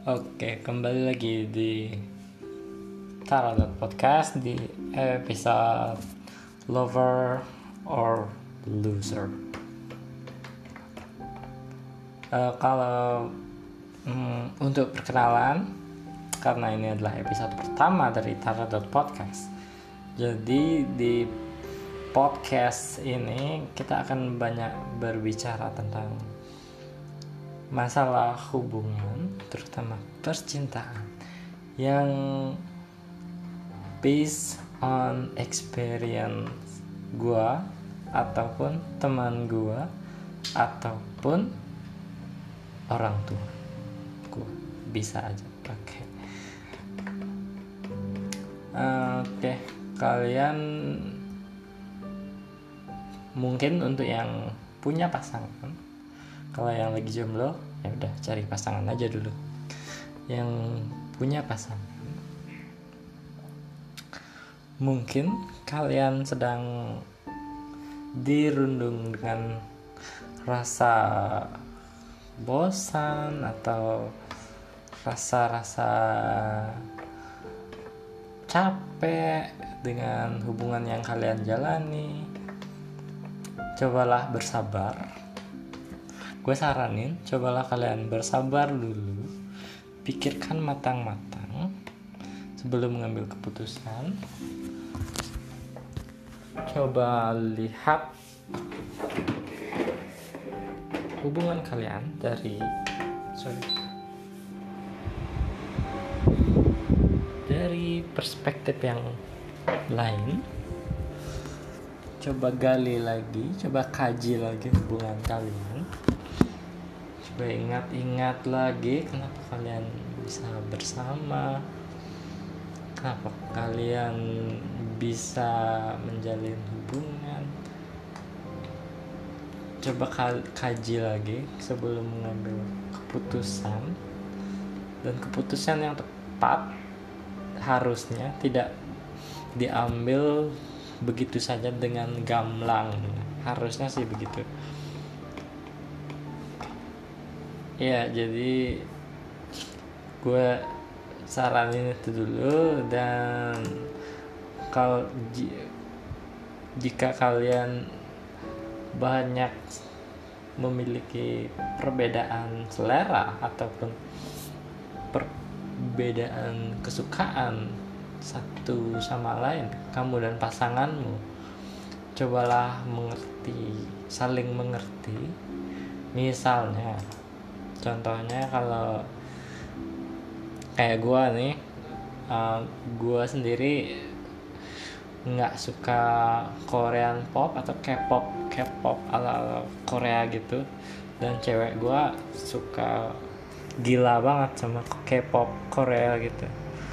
Oke, kembali lagi di Tarot Podcast di episode Lover or Loser. Kalau untuk perkenalan, karena ini adalah episode pertama dari Tarot Podcast, jadi di podcast ini kita akan banyak berbicara tentang masalah hubungan, terutama percintaan, yang based on experience gue ataupun teman gue ataupun orang tua gue, bisa aja pakai. Oke, kalian mungkin untuk yang punya pasangan, kalau yang lagi jomblo ya udah cari pasangan aja dulu. Yang punya pasangan, mungkin kalian sedang dirundung dengan rasa bosan atau rasa-rasa capek dengan hubungan yang kalian jalani. Cobalah bersabar. Gue saranin, cobalah kalian bersabar dulu, pikirkan matang-matang sebelum mengambil keputusan. Coba lihat hubungan kalian dari perspektif yang lain. Coba gali lagi, coba kaji lagi hubungan kalian. Coba ingat-ingat lagi kenapa kalian bisa bersama, kenapa kalian bisa menjalin hubungan. Coba kaji lagi sebelum mengambil keputusan. Dan keputusan yang tepat harusnya tidak diambil begitu saja dengan gamblang. Harusnya sih begitu. Ya, jadi gue saranin itu dulu. Dan kalau jika kalian banyak memiliki perbedaan selera ataupun perbedaan kesukaan satu sama lain, kamu dan pasanganmu, cobalah saling mengerti. Misalnya, contohnya kalau kayak gue nih, gue sendiri nggak suka Korean pop atau K-pop ala Korea gitu, dan cewek gue suka gila banget sama K-pop Korea gitu.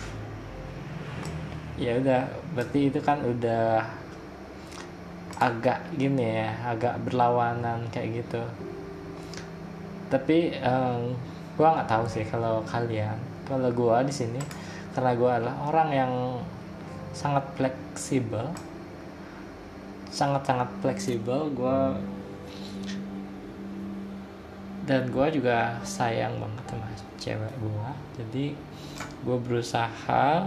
Ya udah, berarti itu kan udah agak gini ya, agak berlawanan kayak gitu. Tapi gue nggak tahu sih kalau kalian. Kalau gue di sini, karena gue adalah orang yang sangat fleksibel, sangat fleksibel. Dan gue juga sayang banget sama cewek gue. Jadi gue berusaha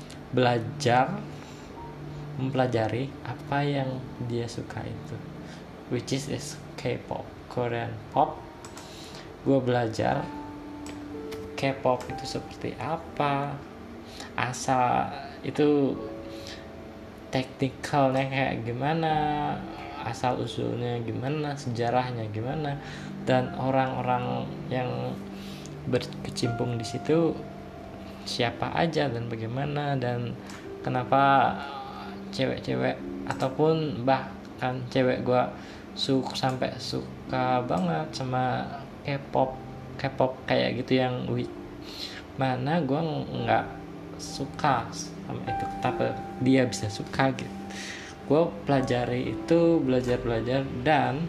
mempelajari apa yang dia suka itu, which is K-pop, Korean pop. Gue belajar K-pop itu seperti apa, asal itu teknikalnya kayak gimana, asal usulnya gimana, sejarahnya gimana, dan orang-orang yang berkecimpung di situ siapa aja dan bagaimana, dan kenapa cewek-cewek ataupun bahkan cewek gue sampai suka banget sama K-pop kayak gitu, yang mana gue nggak suka sama itu, tapi dia bisa suka gitu. Gue pelajari itu, belajar dan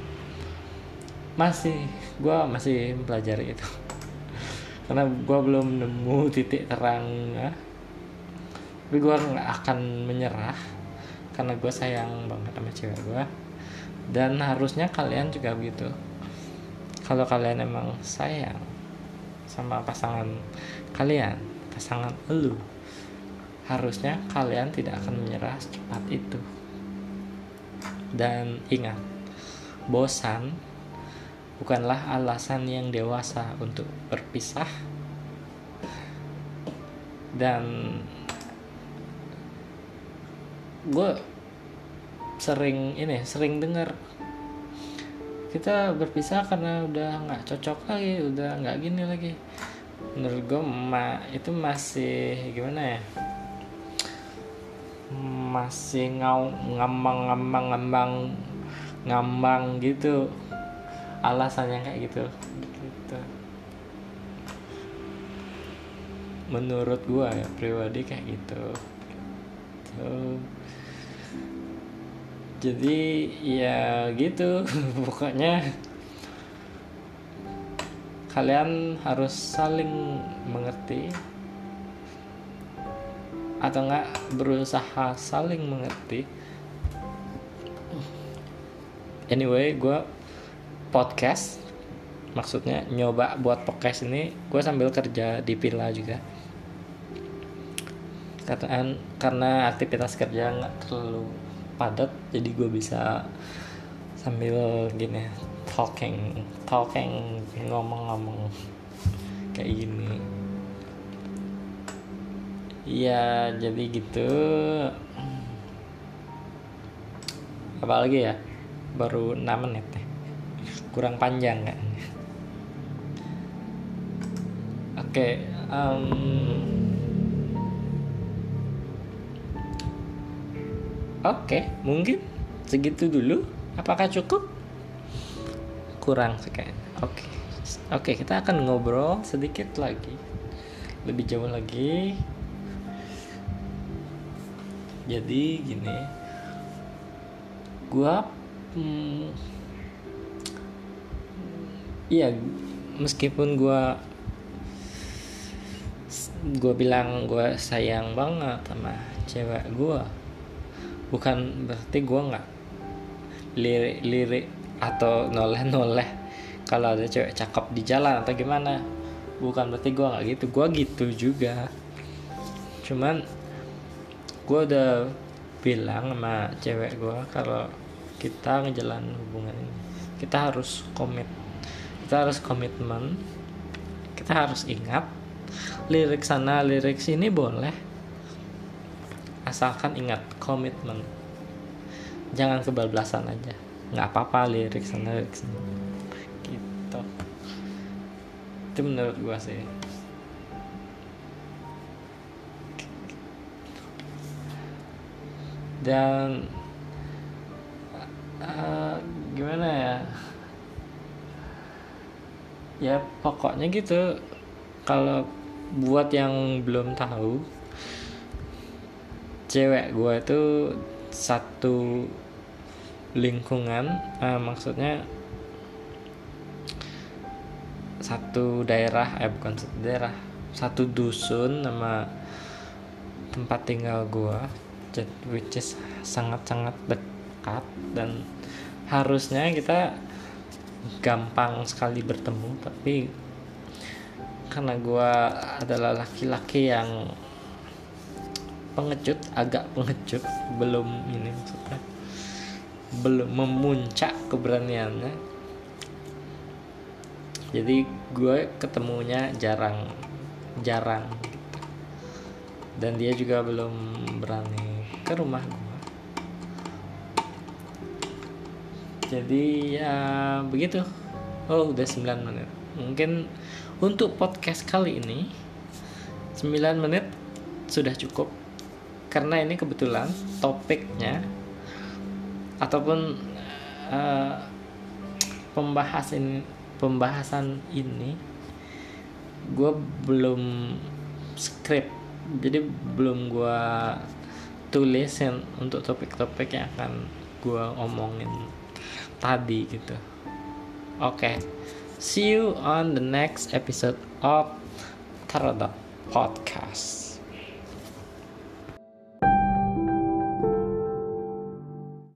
gue masih mempelajari itu karena gue belum nemu titik terangnya. Tapi gue nggak akan menyerah karena gue sayang banget sama cewek gue. Dan harusnya kalian juga begitu. Kalau kalian emang sayang sama pasangan kalian, pasangan lu, harusnya kalian tidak akan menyerah secepat itu. Dan ingat, bosan bukanlah alasan yang dewasa untuk berpisah. Dan gue sering dengar kita berpisah karena udah nggak cocok lagi, udah nggak gini lagi. Menurut gue itu masih gimana ya, masih ngambang gitu alasannya kayak gitu. Menurut gue ya pribadi kayak gitu. Jadi ya gitu pokoknya kalian harus saling mengerti, atau enggak berusaha saling mengerti. Anyway, gue podcast, maksudnya nyoba buat podcast ini gue sambil kerja di villa juga, karena aktivitas kerja nggak terlalu padat, jadi gue bisa sambil gini talking ngomong kayak gini ya. Jadi gitu, apalagi ya, baru 6 menit nih, kurang panjang kan? Oke, mungkin segitu dulu. Apakah cukup? Kurang sekali. Oke, kita akan ngobrol sedikit lagi, lebih jauh lagi. Jadi gini, gua meskipun gua bilang gua sayang banget sama cewek gua, bukan berarti gue nggak lirik atau noleh kalau ada cewek cakep di jalan atau gimana. Bukan berarti gue nggak gitu, gue gitu juga. Cuman gue udah bilang sama cewek gue kalau kita ngejalan hubungan ini, kita harus komitmen, kita harus ingat lirik sana lirik sini boleh, asalkan ingat komitmen, jangan kebablasan aja. Nggak apa-apa lirik sana lirik sini gitu. Itu menurut gua sih. Dan gimana ya, ya pokoknya gitu. Kalau buat yang belum tahu, cewek gue itu satu lingkungan, maksudnya satu daerah, bukan satu daerah, satu dusun nama tempat tinggal gue, which is sangat-sangat dekat, dan harusnya kita gampang sekali bertemu. Tapi karena gue adalah laki-laki yang agak pengecut, belum memuncak keberaniannya, jadi gue ketemunya jarang, dan dia juga belum berani ke rumah gue. Jadi ya begitu. Udah 9 menit. Mungkin untuk podcast kali ini 9 menit sudah cukup, karena ini kebetulan topiknya ataupun pembahasan ini gue belum script, jadi belum gue tulisin untuk topik-topik yang akan gue omongin tadi gitu. Oke. See you on the next episode of Taradot Podcast.